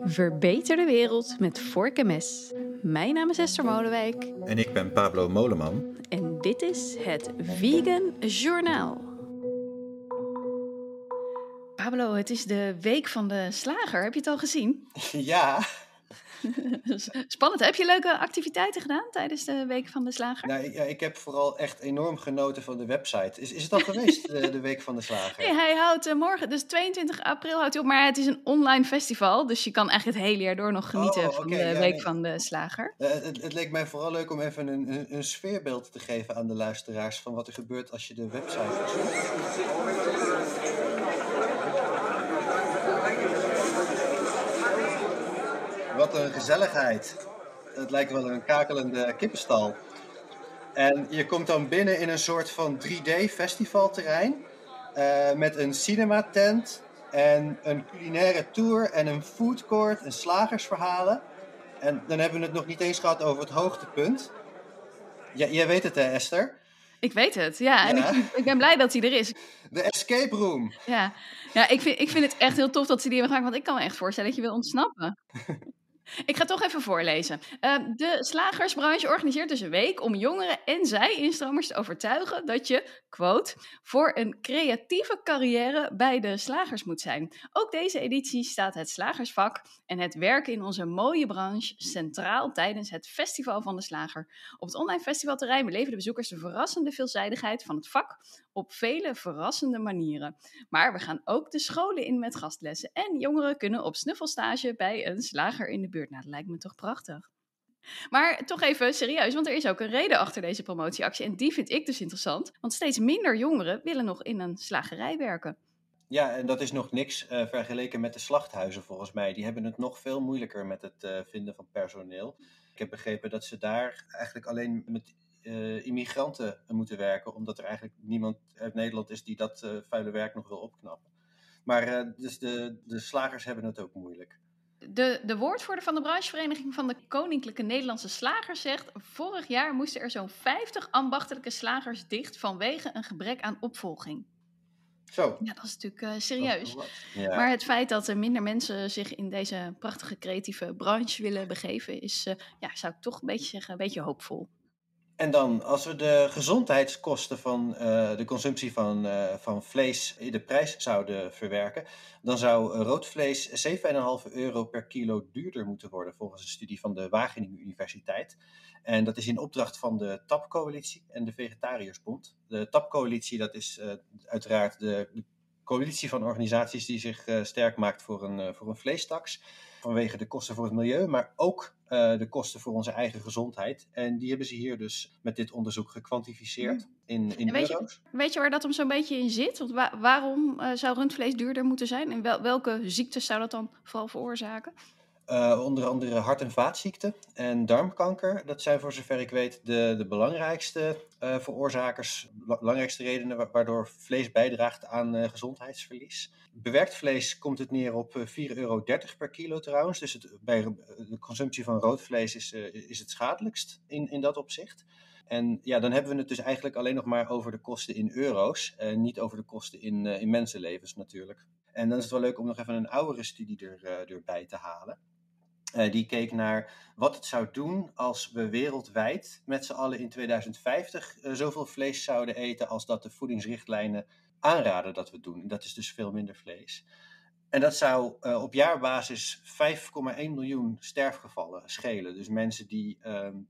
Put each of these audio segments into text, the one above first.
Verbeter de wereld met vork en mes. Mijn naam is Esther Molenwijk. En ik ben Pablo Moleman. En dit is het Vegan Journaal. Pablo, het is de week van de slager. Heb je het al gezien? Ja. Spannend. Heb je leuke activiteiten gedaan tijdens de week van de slager? Nou, ik heb vooral echt enorm genoten van de website. Is het al geweest, de week van de slager? Nee, hij houdt morgen, dus 22 april houdt hij op. Maar het is een online festival, dus je kan eigenlijk het hele jaar door nog genieten van de week van de slager. Het leek mij vooral leuk om even een sfeerbeeld te geven aan de luisteraars van wat er gebeurt als je de website bezoekt. Wat een gezelligheid. Het lijkt wel een kakelende kippenstal. En je komt dan binnen in een soort van 3D-festivalterrein. Met een cinematent en een culinaire tour en een foodcourt en slagersverhalen. En dan hebben we het nog niet eens gehad over het hoogtepunt. Ja, jij weet het hè, Esther? Ik weet het, ja. En ik ben blij dat hij er is. De escape room. Ja, ik vind het echt heel tof dat ze die hebben gemaakt, want ik kan me echt voorstellen dat je wil ontsnappen. Ik ga toch even voorlezen. De slagersbranche organiseert dus een week om jongeren en zij-instromers te overtuigen dat je, quote, voor een creatieve carrière bij de slagers moet zijn. Ook deze editie staat het slagersvak en het werken in onze mooie branche centraal tijdens het Festival van de Slager. Op het online festivalterrein beleven de bezoekers de verrassende veelzijdigheid van het vak op vele verrassende manieren. Maar we gaan ook de scholen in met gastlessen en jongeren kunnen op snuffelstage bij een slager in de buurt. Nou, dat lijkt me toch prachtig. Maar toch even serieus, want er is ook een reden achter deze promotieactie. En die vind ik dus interessant, want steeds minder jongeren willen nog in een slagerij werken. Ja, en dat is nog niks vergeleken met de slachthuizen volgens mij. Die hebben het nog veel moeilijker met het vinden van personeel. Ik heb begrepen dat ze daar eigenlijk alleen met immigranten moeten werken, omdat er eigenlijk niemand uit Nederland is die dat vuile werk nog wil opknappen. Maar dus de slagers hebben het ook moeilijk. De woordvoerder van de branchevereniging van de Koninklijke Nederlandse Slagers zegt: vorig jaar moesten er zo'n 50 ambachtelijke slagers dicht vanwege een gebrek aan opvolging. Zo. Ja, dat is natuurlijk serieus. Ja. Maar het feit dat er minder mensen zich in deze prachtige creatieve branche willen begeven is, zou ik toch een beetje zeggen, een beetje hoopvol. En dan, als we de gezondheidskosten van de consumptie van vlees in de prijs zouden verwerken, dan zou rood vlees 7,5 euro per kilo duurder moeten worden, volgens een studie van de Wageningen Universiteit. En dat is in opdracht van de TAP-coalitie en de Vegetariërsbond. De TAP-coalitie, dat is uiteraard de coalitie van organisaties die zich sterk maakt voor een vleestaks, vanwege de kosten voor het milieu, maar ook de kosten voor onze eigen gezondheid. En die hebben ze hier dus met dit onderzoek gekwantificeerd in euro's. Weet je waar dat om zo'n beetje in zit? Want waarom zou rundvlees duurder moeten zijn? En welke ziektes zou dat dan vooral veroorzaken? Onder andere hart- en vaatziekten en darmkanker. Dat zijn voor zover ik weet de belangrijkste veroorzakers, belangrijkste redenen waardoor vlees bijdraagt aan gezondheidsverlies. Bewerkt vlees komt het neer op €4,30 per kilo trouwens. Dus bij de consumptie van rood vlees is het schadelijkst in dat opzicht. En ja, dan hebben we het dus eigenlijk alleen nog maar over de kosten in euro's. Niet over de kosten in mensenlevens natuurlijk. En dan is het wel leuk om nog even een oudere studie erbij te halen. Die keek naar wat het zou doen als we wereldwijd met z'n allen in 2050 zoveel vlees zouden eten als dat de voedingsrichtlijnen aanraden dat we doen. Dat is dus veel minder vlees. En dat zou op jaarbasis 5,1 miljoen sterfgevallen schelen. Dus mensen die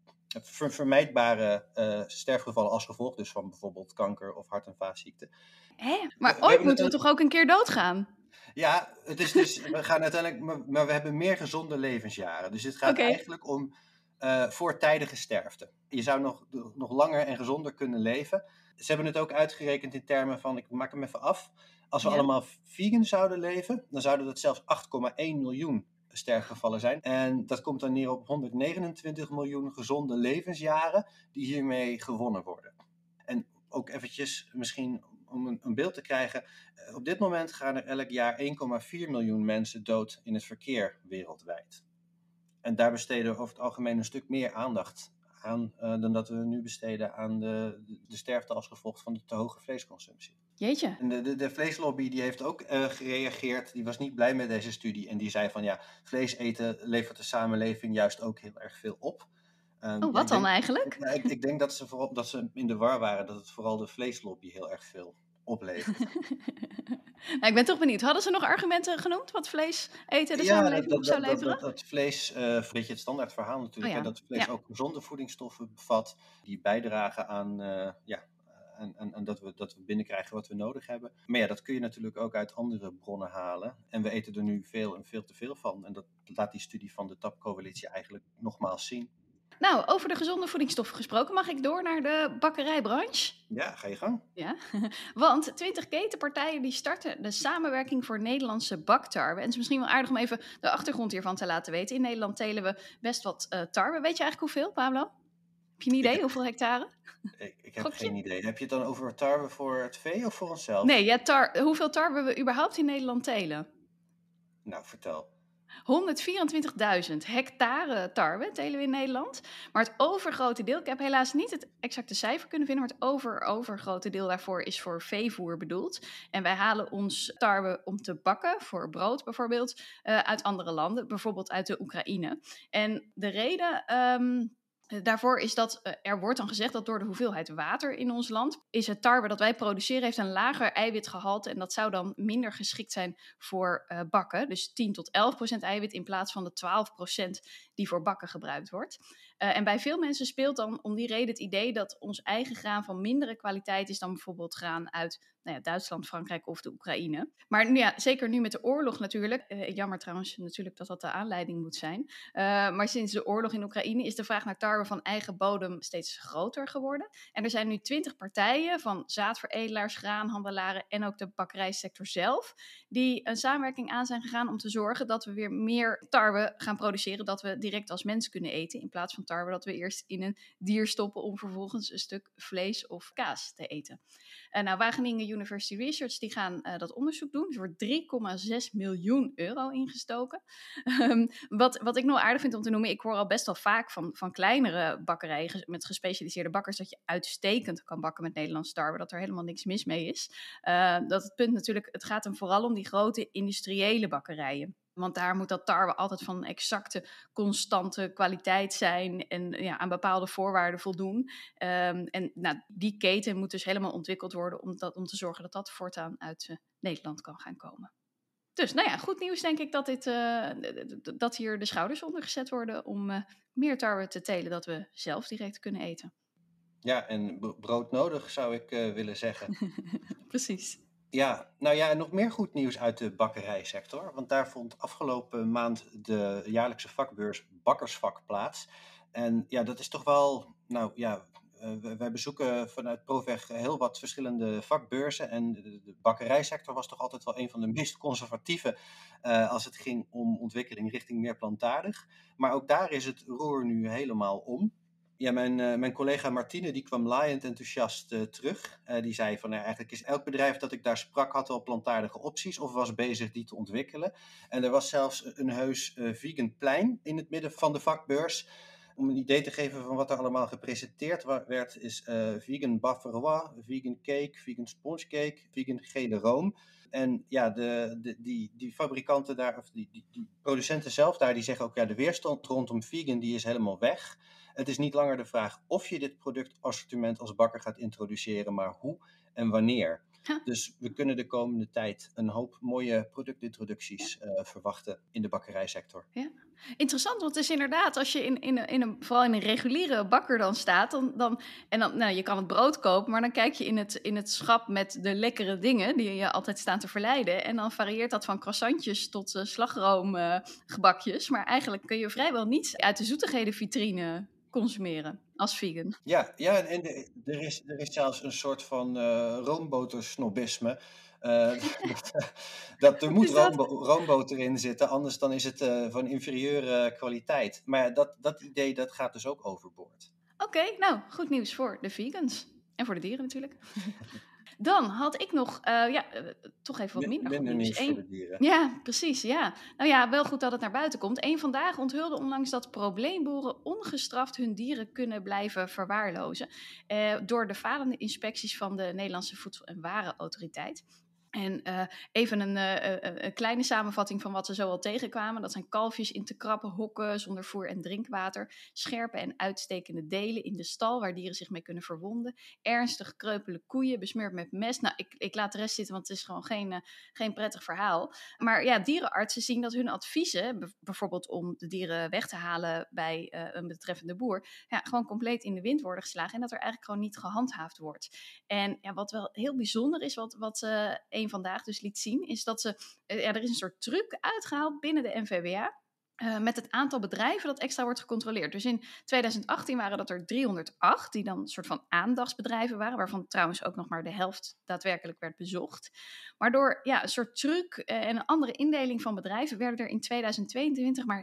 vermijdbare sterfgevallen als gevolg dus van bijvoorbeeld kanker of hart- en vaatziekten. Maar ooit moeten we toch ook een keer doodgaan? Ja, het is dus, we gaan uiteindelijk, maar we hebben meer gezonde levensjaren. Dus het gaat eigenlijk om voortijdige sterfte. Je zou nog langer en gezonder kunnen leven. Ze hebben het ook uitgerekend in termen van, ik maak hem even af. Als we allemaal vegan zouden leven, dan zouden dat zelfs 8,1 miljoen sterfgevallen zijn. En dat komt dan neer op 129 miljoen gezonde levensjaren die hiermee gewonnen worden. En ook eventjes misschien om een beeld te krijgen. Op dit moment gaan er elk jaar 1,4 miljoen mensen dood in het verkeer wereldwijd. En daar besteden we over het algemeen een stuk meer aandacht aan dan dat we nu besteden aan de sterfte als gevolg van de te hoge vleesconsumptie. Jeetje. En de vleeslobby die heeft ook gereageerd. Die was niet blij met deze studie. En die zei van ja, vlees eten levert de samenleving juist ook heel erg veel op. Oh, wat dan eigenlijk? Ik denk dat ze in de war waren dat het vooral de vleeslobby heel erg veel oplevert. Nou, ik ben toch benieuwd. Hadden ze nog argumenten genoemd wat vlees eten de Ja, samenleving op zou leveren? dat vlees, een beetje het standaard verhaal natuurlijk, Oh hè, ja, dat vlees ja. ook gezonde voedingsstoffen bevat, die bijdragen aan, aan dat we binnenkrijgen wat we nodig hebben. Maar ja, dat kun je natuurlijk ook uit andere bronnen halen. En we eten er nu veel en veel te veel van. En dat laat die studie van de TAP-coalitie eigenlijk nogmaals zien. Nou, over de gezonde voedingsstoffen gesproken, mag ik door naar de bakkerijbranche? Ja, ga je gang. Ja, want 20 ketenpartijen die starten de samenwerking voor Nederlandse baktarwe. En het is misschien wel aardig om even de achtergrond hiervan te laten weten. In Nederland telen we best wat tarwe. Weet je eigenlijk hoeveel, Pablo? Heb je een idee hoeveel hectare? Ik heb Gokje? geen idee. Heb je het dan over tarwe voor het vee of voor onszelf? Nee, ja, hoeveel tarwe we überhaupt in Nederland telen? Nou, vertel. 124.000 hectare tarwe telen we in Nederland. Maar het overgrote deel, ik heb helaas niet het exacte cijfer kunnen vinden, maar het overgrote deel daarvoor is voor veevoer bedoeld. En wij halen ons tarwe om te bakken, voor brood bijvoorbeeld, uit andere landen, bijvoorbeeld uit de Oekraïne. En de reden daarvoor is dat er wordt dan gezegd dat door de hoeveelheid water in ons land is het tarwe dat wij produceren heeft een lager eiwitgehalte en dat zou dan minder geschikt zijn voor bakken. Dus 10 tot 11% eiwit in plaats van de 12% die voor bakken gebruikt wordt. En bij veel mensen speelt dan om die reden het idee dat ons eigen graan van mindere kwaliteit is dan bijvoorbeeld graan uit Duitsland, Frankrijk of de Oekraïne. Maar ja, zeker nu met de oorlog natuurlijk. Jammer trouwens natuurlijk dat de aanleiding moet zijn. Maar sinds de oorlog in Oekraïne is de vraag naar tarwe van eigen bodem steeds groter geworden. En er zijn nu 20 partijen van zaadveredelaars, graanhandelaren en ook de bakkerijsector zelf, die een samenwerking aan zijn gegaan om te zorgen dat we weer meer tarwe gaan produceren, dat we direct als mens kunnen eten, in plaats van tarwe dat we eerst in een dier stoppen om vervolgens een stuk vlees of kaas te eten. Nou, Wageningen University Research die gaan dat onderzoek doen. Er wordt 3,6 miljoen euro ingestoken. Wat ik nog aardig vind om te noemen, ik hoor al best wel vaak van kleinere bakkerijen met gespecialiseerde bakkers dat je uitstekend kan bakken met Nederlands tarwe, dat er helemaal niks mis mee is. Dat het punt natuurlijk, het gaat hem vooral om die grote industriële bakkerijen. Want daar moet dat tarwe altijd van exacte, constante kwaliteit zijn en aan bepaalde voorwaarden voldoen. En die keten moet dus helemaal ontwikkeld worden om te zorgen dat dat voortaan uit Nederland kan gaan komen. Dus goed nieuws denk ik dat hier de schouders onder gezet worden om meer tarwe te telen dat we zelf direct kunnen eten. Ja, en brood nodig zou ik willen zeggen. Precies. Ja, nou ja, en nog meer goed nieuws uit de bakkerijsector. Want daar vond afgelopen maand de jaarlijkse vakbeurs Bakkersvak plaats. En ja, dat is toch wel, wij bezoeken vanuit Proveg heel wat verschillende vakbeurzen. En de bakkerijsector was toch altijd wel een van de meest conservatieve als het ging om ontwikkeling richting meer plantaardig. Maar ook daar is het roer nu helemaal om. Ja, mijn collega Martine die kwam laaiend enthousiast terug. Die zei van eigenlijk is elk bedrijf dat ik daar sprak had wel plantaardige opties of was bezig die te ontwikkelen. En er was zelfs een heus vegan plein in het midden van de vakbeurs. Om een idee te geven van wat er allemaal gepresenteerd werd is vegan bavarois, vegan cake, vegan spongecake, vegan gele room. En ja, die fabrikanten daar, of die producenten zelf daar, die zeggen ook ja, de weerstand rondom vegan die is helemaal weg. Het is niet langer de vraag of je dit productassortiment als bakker gaat introduceren, maar hoe en wanneer. Ja. Dus we kunnen de komende tijd een hoop mooie productintroducties verwachten in de bakkerijsector. Ja. Interessant, want het is inderdaad, als je vooral in een reguliere bakker dan staat, dan je kan het brood kopen, maar dan kijk je in het schap met de lekkere dingen die je altijd staan te verleiden. En dan varieert dat van croissantjes tot slagroomgebakjes. Maar eigenlijk kun je vrijwel niets uit de zoetighedenvitrine consumeren als vegan. Ja, en er is zelfs een soort van roombotersnobisme. Dat er moet roomboter in zitten, anders dan is het van inferieure kwaliteit. Maar dat idee dat gaat dus ook overboord. Oké, nou, goed nieuws voor de vegans. En voor de dieren natuurlijk. Dan had ik nog, toch even wat minder goed Minder nieuws. nieuws voor de dieren. Ja, precies, ja. Nou ja, wel goed dat het naar buiten komt. Eén Vandaag onthulde onlangs dat probleemboeren ongestraft hun dieren kunnen blijven verwaarlozen. Door de falende inspecties van de Nederlandse Voedsel- en Warenautoriteit. En even een kleine samenvatting van wat ze zoal tegenkwamen. Dat zijn kalfjes in te krappe hokken zonder voer en drinkwater. Scherpe en uitstekende delen in de stal waar dieren zich mee kunnen verwonden. Ernstig kreupele koeien besmeurd met mest. Nou, ik laat de rest zitten, want het is gewoon geen prettig verhaal. Maar ja, dierenartsen zien dat hun adviezen, bijvoorbeeld om de dieren weg te halen bij een betreffende boer, ja, gewoon compleet in de wind worden geslagen. En dat er eigenlijk gewoon niet gehandhaafd wordt. En ja, wat wel heel bijzonder is, wat Eén Vandaag dus liet zien, is dat er is een soort truc uitgehaald binnen de NVWA. Met het aantal bedrijven dat extra wordt gecontroleerd. Dus in 2018 waren dat er 308, die dan een soort van aandachtsbedrijven waren, waarvan trouwens ook nog maar de helft daadwerkelijk werd bezocht. Maar door een soort truc en een andere indeling van bedrijven werden er in 2022 maar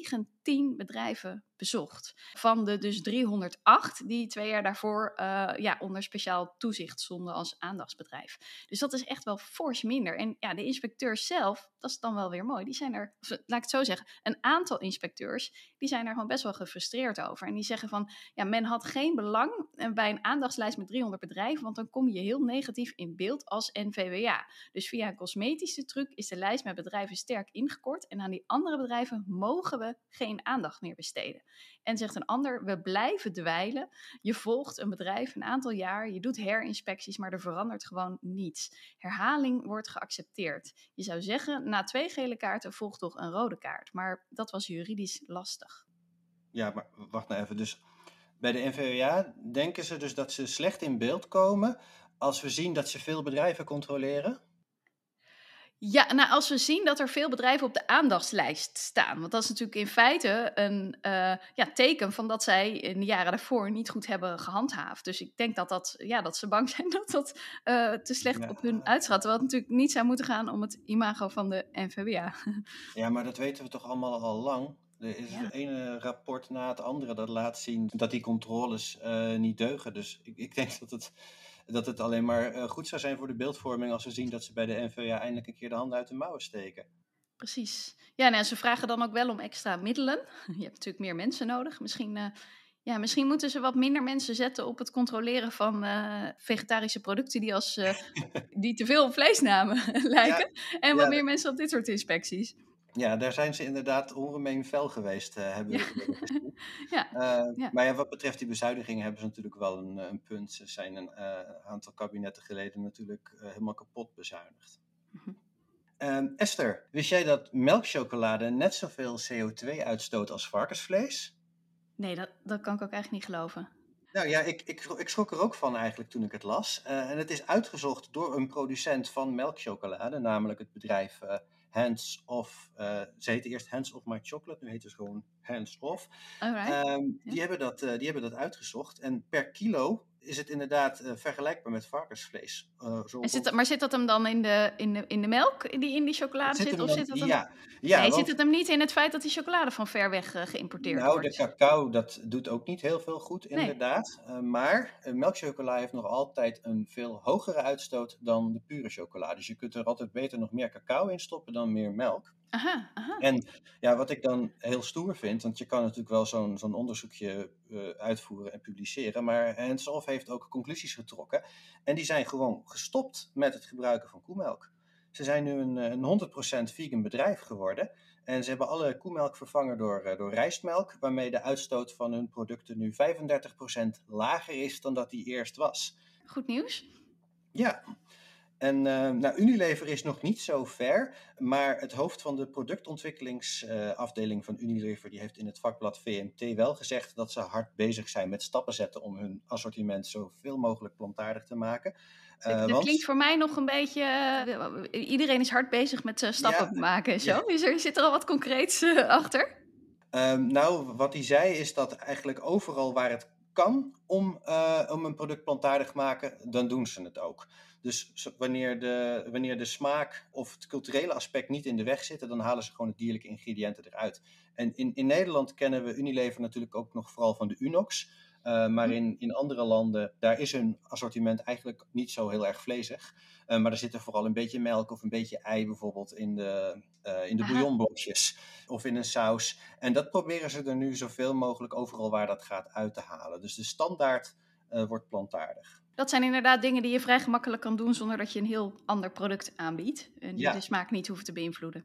19 bedrijven bezocht. Van de dus 308 die 2 jaar daarvoor onder speciaal toezicht stonden als aandachtsbedrijf. Dus dat is echt wel fors minder. En ja, de inspecteurs zelf, dat is dan wel weer mooi, die zijn er, laat ik het zo zeggen, een aantal inspecteurs, die zijn er gewoon best wel gefrustreerd over. En die zeggen van, ja, men had geen belang bij een aandachtslijst met 300 bedrijven, want dan kom je heel negatief in beeld als NVWA. Dus via een cosmetische truc is de lijst met bedrijven sterk ingekort en aan die andere bedrijven mogen we geen aandacht meer besteden. En zegt een ander, we blijven dweilen. Je volgt een bedrijf een aantal jaar, je doet herinspecties, maar er verandert gewoon niets. Herhaling wordt geaccepteerd. Je zou zeggen, na 2 gele kaarten volgt toch een rode kaart. Maar dat was juridisch lastig. Ja, maar wacht nou even. Dus bij de NVWA denken ze dus dat ze slecht in beeld komen als we zien dat ze veel bedrijven controleren? Ja, nou als we zien dat er veel bedrijven op de aandachtslijst staan. Want dat is natuurlijk in feite een teken van dat zij in de jaren daarvoor niet goed hebben gehandhaafd. Dus ik denk dat ze bang zijn dat dat te slecht op hun uitschat. Terwijl het natuurlijk niet zou moeten gaan om het imago van de NVWA. Ja, maar dat weten we toch allemaal al lang? Er is het ene rapport na het andere dat laat zien dat die controles niet deugen. Dus ik denk dat het alleen maar goed zou zijn voor de beeldvorming als we zien dat ze bij de NVWA eindelijk een keer de handen uit de mouwen steken. Precies. Ja, nou, ze vragen dan ook wel om extra middelen. Je hebt natuurlijk meer mensen nodig. Misschien moeten ze wat minder mensen zetten op het controleren van vegetarische producten die te veel op vlees namen lijken. En wat meer mensen op dit soort inspecties. Ja, daar zijn ze inderdaad ongemeen fel geweest, hebben we gezien. Maar ja, wat betreft die bezuinigingen hebben ze natuurlijk wel een punt. Ze zijn een aantal kabinetten geleden natuurlijk helemaal kapot bezuinigd. Esther, wist jij dat melkchocolade net zoveel CO2 uitstoot als varkensvlees? Nee, dat kan ik ook echt niet geloven. Nou ja, ik schrok er ook van eigenlijk toen ik het las. En het is uitgezocht door een producent van melkchocolade, namelijk het bedrijf Hands Off. Ze heette eerst Hands Off My Chocolate, nu heet het gewoon Hands Off. Die hebben dat uitgezocht. En per kilo is het inderdaad vergelijkbaar met varkensvlees. Maar zit dat hem dan in de melk die in die chocolade zit? Of zit dat zit het hem niet in het feit dat die chocolade van ver weg geïmporteerd wordt? Nou, de cacao, dat doet ook niet heel veel goed, inderdaad. Nee. Maar melkchocola heeft nog altijd een veel hogere uitstoot dan de pure chocola. Dus je kunt er altijd beter nog meer cacao in stoppen dan meer melk. Aha. En ja, wat ik dan heel stoer vind, want je kan natuurlijk wel zo'n onderzoekje uitvoeren en publiceren, maar Hands Off heeft ook conclusies getrokken. En die zijn gewoon gestopt met het gebruiken van koemelk. Ze zijn nu een 100% vegan bedrijf geworden. En ze hebben alle koemelk vervangen door rijstmelk, waarmee de uitstoot van hun producten nu 35% lager is dan dat die eerst was. Goed nieuws. Ja. En Unilever is nog niet zo ver, maar het hoofd van de productontwikkelingsafdeling van Unilever, die heeft in het vakblad VMT wel gezegd dat ze hard bezig zijn met stappen zetten om hun assortiment zoveel mogelijk plantaardig te maken. Dat klinkt voor mij nog een beetje, iedereen is hard bezig met stappen maken en zo. Zit er al wat concreets achter? Wat hij zei is dat eigenlijk overal waar het kan om een product plantaardig te maken, dan doen ze het ook. Dus wanneer de smaak of het culturele aspect niet in de weg zitten, dan halen ze gewoon de dierlijke ingrediënten eruit. En in Nederland kennen we Unilever natuurlijk ook nog vooral van de Unox. Maar in andere landen, daar is hun assortiment eigenlijk niet zo heel erg vlezig. Maar er zit vooral een beetje melk of een beetje ei bijvoorbeeld in de Aha. bouillonblokjes of in een saus. En dat proberen ze er nu zoveel mogelijk overal waar dat gaat uit te halen. Dus de standaard wordt plantaardig. Dat zijn inderdaad dingen die je vrij gemakkelijk kan doen zonder dat je een heel ander product aanbiedt. En die de Ja, smaak niet hoeft te beïnvloeden.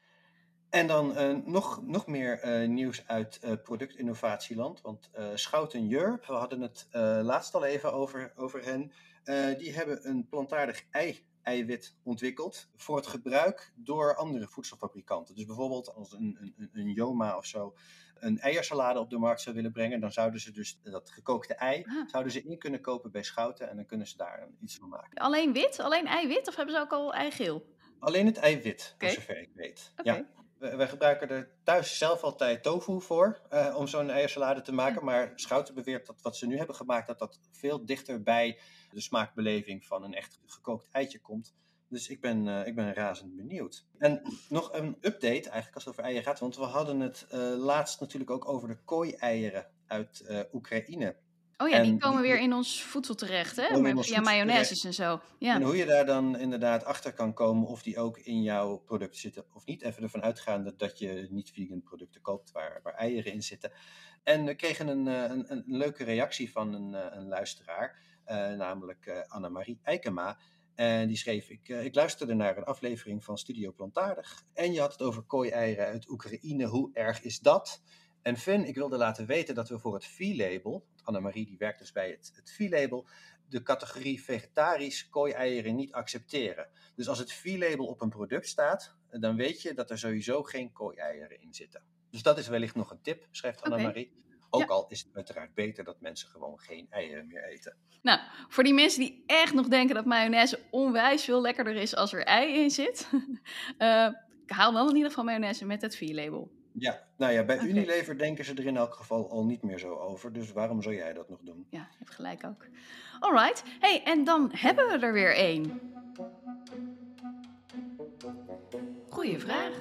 en dan nog meer nieuws uit productinnovatieland. Want Schouten Jurp, we hadden het laatst al even over hen. Die hebben een plantaardig eiwit ontwikkeld voor het gebruik door andere voedselfabrikanten. Dus bijvoorbeeld als een Joma of zo een eiersalade op de markt zou willen brengen, dan zouden ze dus dat gekookte ei Ah. zouden ze in kunnen kopen bij Schouten en dan kunnen ze daar iets van maken. Alleen wit? Alleen eiwit? Of hebben ze ook al eigeel? Alleen het eiwit, voor Oké. zover ik weet. Oké. Ja. Wij gebruiken er thuis zelf altijd tofu voor, om zo'n eiersalade te maken. Ja. Maar Schouten beweert dat wat ze nu hebben gemaakt, dat veel dichter bij de smaakbeleving van een echt gekookt eitje komt. Dus ik ben razend benieuwd. En nog een update, eigenlijk als het over eieren gaat. Want we hadden het laatst natuurlijk ook over de kooi-eieren uit Oekraïne. Oh ja, die komen weer in ons voedsel terecht, hè? komen in Maar ons via voedsel mayonaises en zo. Ja. En hoe je daar dan inderdaad achter kan komen of die ook in jouw product zitten of niet. Even ervan uitgaande dat je niet vegan producten koopt waar eieren in zitten. En we kregen een leuke reactie van een luisteraar, namelijk Annemarie Eikema. En die schreef, ik luisterde naar een aflevering van Studio Plantaardig. En je had het over kooi-eieren uit Oekraïne. Hoe erg is dat? En Finn, ik wilde laten weten dat we voor het V-label, Annemarie die werkt dus bij het V-label, de categorie vegetarisch kooi-eieren niet accepteren. Dus als het V-label op een product staat, dan weet je dat er sowieso geen kooi-eieren in zitten. Dus dat is wellicht nog een tip, schrijft Annemarie. Ook Ja. al is het uiteraard beter dat mensen gewoon geen eieren meer eten. Nou, voor die mensen die echt nog denken dat mayonaise onwijs veel lekkerder is als er ei in zit. Haal dan in ieder geval mayonaise met het V-label. Ja, nou ja, bij Oké. Unilever denken ze er in elk geval al niet meer zo over. Dus waarom zou jij dat nog doen? Ja, je hebt gelijk ook. Alright. Hey, en dan hebben we er weer één. Goeie vraag.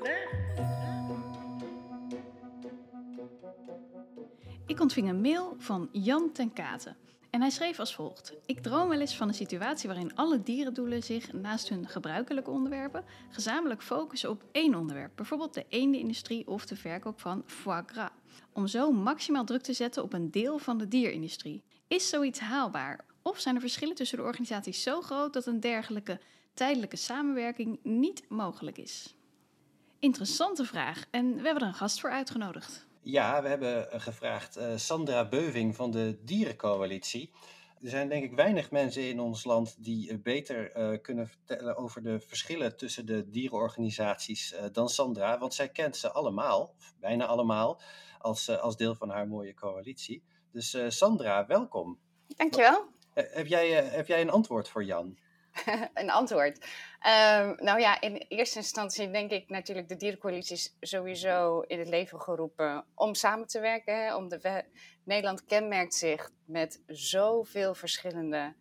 Ik ontving een mail van Jan ten Kate. En hij schreef als volgt. Ik droom wel eens van een situatie waarin alle dierendoelen zich naast hun gebruikelijke onderwerpen gezamenlijk focussen op één onderwerp. Bijvoorbeeld de eendenindustrie of de verkoop van foie gras. Om zo maximaal druk te zetten op een deel van de dierindustrie. Is zoiets haalbaar? Of zijn de verschillen tussen de organisaties zo groot dat een dergelijke tijdelijke samenwerking niet mogelijk is? Interessante vraag. En we hebben er een gast voor uitgenodigd. Ja, we hebben gevraagd Sandra Beuving van de Dierencoalitie. Er zijn denk ik weinig mensen in ons land die beter kunnen vertellen over de verschillen tussen de dierenorganisaties dan Sandra. Want zij kent ze allemaal, of bijna allemaal, als deel van haar mooie coalitie. Dus Sandra, welkom. Dankjewel. Heb jij een antwoord voor Jan? Een antwoord. Nou ja, in eerste instantie denk ik natuurlijk de dierencoalitie is sowieso in het leven geroepen om samen te werken. Hè, Nederland kenmerkt zich met zoveel verschillende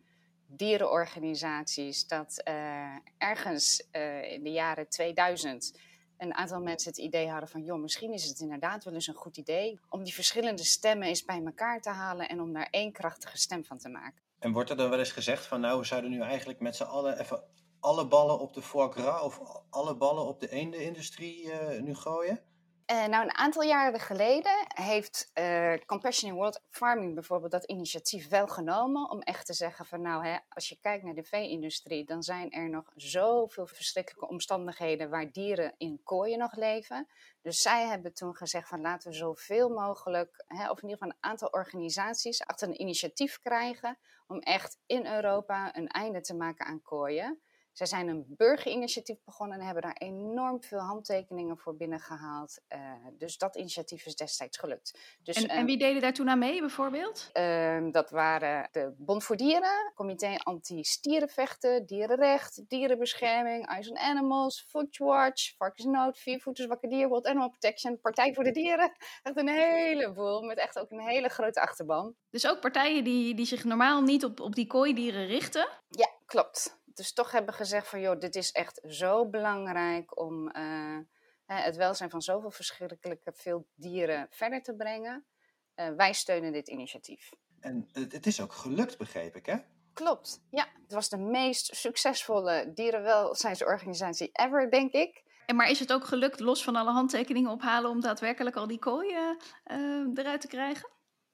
dierenorganisaties dat ergens in de jaren 2000 een aantal mensen het idee hadden van joh, misschien is het inderdaad wel eens een goed idee om die verschillende stemmen eens bij elkaar te halen en om daar één krachtige stem van te maken. En wordt er dan wel eens gezegd van nou, we zouden nu eigenlijk met z'n allen even alle ballen op de foie gras of alle ballen op de eendenindustrie nu gooien? Nou, een aantal jaren geleden heeft Compassion in World Farming bijvoorbeeld dat initiatief wel genomen om echt te zeggen van nou, hè, als je kijkt naar de vee-industrie, dan zijn er nog zoveel verschrikkelijke omstandigheden waar dieren in kooien nog leven. Dus zij hebben toen gezegd van laten we zoveel mogelijk, hè, of in ieder geval een aantal organisaties achter een initiatief krijgen om echt in Europa een einde te maken aan kooien. Zij zijn een burgerinitiatief begonnen en hebben daar enorm veel handtekeningen voor binnengehaald. Dus dat initiatief is destijds gelukt. Dus, En wie deden daar toen aan mee bijvoorbeeld? Dat waren de Bond voor Dieren, Comité Anti-Stierenvechten, Dierenrecht, Dierenbescherming, Eyes on Animals, Foodwatch, Varkensnood, Viervoeters Wakker Dier, World Animal Protection, Partij voor de Dieren. Echt een heleboel, met echt ook een hele grote achterban. Dus ook partijen die zich normaal niet op die kooidieren richten? Ja, klopt. Dus toch hebben gezegd van joh, dit is echt zo belangrijk om het welzijn van zoveel verschrikkelijke veel dieren verder te brengen. wij steunen dit initiatief. En het is ook gelukt, begreep ik, hè? Klopt, ja. Het was de meest succesvolle dierenwelzijnsorganisatie ever, denk ik. Maar is het ook gelukt, los van alle handtekeningen ophalen, om daadwerkelijk al die kooien eruit te krijgen?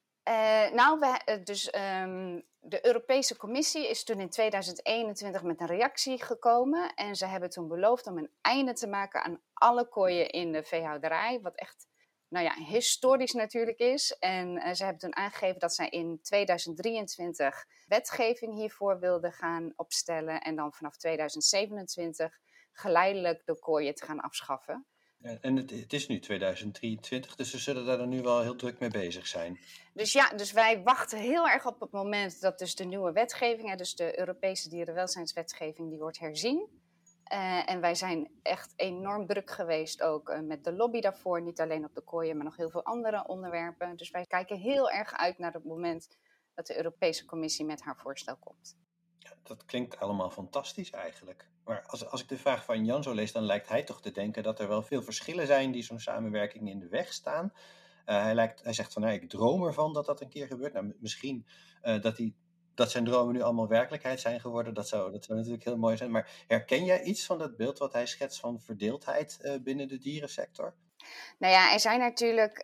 De Europese Commissie is toen in 2021 met een reactie gekomen. En ze hebben toen beloofd om een einde te maken aan alle kooien in de veehouderij. Wat echt historisch natuurlijk is. En ze hebben toen aangegeven dat zij in 2023 wetgeving hiervoor wilden gaan opstellen. En dan vanaf 2027 geleidelijk de kooien te gaan afschaffen. En het is nu 2023, dus ze zullen daar dan nu wel heel druk mee bezig zijn. Dus wij wachten heel erg op het moment dat dus de nieuwe wetgeving, dus de Europese dierenwelzijnswetgeving, die wordt herzien. En wij zijn echt enorm druk geweest ook met de lobby daarvoor. Niet alleen op de kooien, maar nog heel veel andere onderwerpen. Dus wij kijken heel erg uit naar het moment dat de Europese Commissie met haar voorstel komt. Ja, dat klinkt allemaal fantastisch eigenlijk. Maar als ik de vraag van Jan zo lees, dan lijkt hij toch te denken dat er wel veel verschillen zijn die zo'n samenwerking in de weg staan. Hij zegt van, ik droom ervan dat dat een keer gebeurt. Nou, misschien dat zijn dromen nu allemaal werkelijkheid zijn geworden. Dat zou natuurlijk heel mooi zijn. Maar herken jij iets van dat beeld wat hij schetst van verdeeldheid binnen de dierensector? Nou ja, er zijn natuurlijk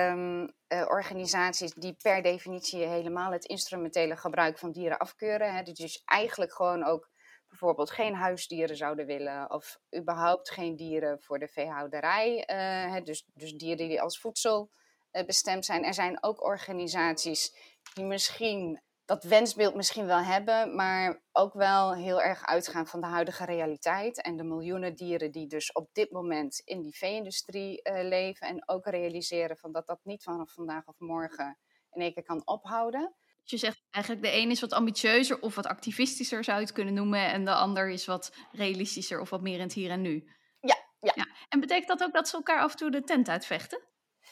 organisaties die per definitie helemaal het instrumentele gebruik van dieren afkeuren. Hè, die dus eigenlijk gewoon ook bijvoorbeeld geen huisdieren zouden willen of überhaupt geen dieren voor de veehouderij. Dus dieren die als voedsel bestemd zijn. Er zijn ook organisaties die misschien dat wensbeeld misschien wel hebben, maar ook wel heel erg uitgaan van de huidige realiteit en de miljoenen dieren die dus op dit moment in die vee-industrie leven en ook realiseren van dat niet vanaf vandaag of morgen in één keer kan ophouden. Dus je zegt eigenlijk de een is wat ambitieuzer of wat activistischer zou je het kunnen noemen en de ander is wat realistischer of wat meer in het hier en nu. Ja. En betekent dat ook dat ze elkaar af en toe de tent uitvechten?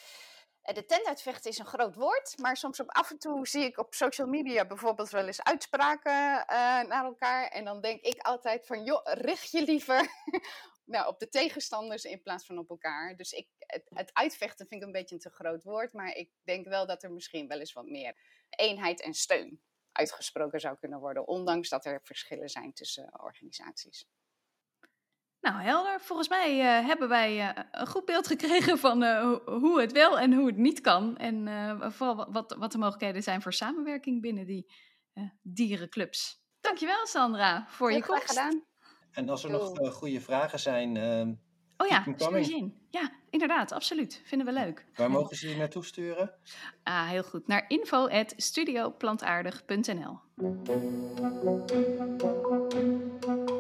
De tent uitvechten is een groot woord, maar soms af en toe zie ik op social media bijvoorbeeld wel eens uitspraken naar elkaar. En dan denk ik altijd van, joh, richt je liever op de tegenstanders in plaats van op elkaar. Dus het uitvechten vind ik een beetje een te groot woord, maar ik denk wel dat er misschien wel eens wat meer eenheid en steun uitgesproken zou kunnen worden, ondanks dat er verschillen zijn tussen organisaties. Nou, helder. Volgens mij hebben wij een goed beeld gekregen van hoe het wel en hoe het niet kan. En vooral wat de mogelijkheden zijn voor samenwerking binnen die dierenclubs. Dankjewel, Sandra, voor je komst. Graag gedaan. En als er nog goede vragen zijn, stuur ze in. Ja, inderdaad, absoluut. Vinden we leuk. Waar mogen ze die naartoe sturen? Heel goed. Naar info@studioplantaardig.nl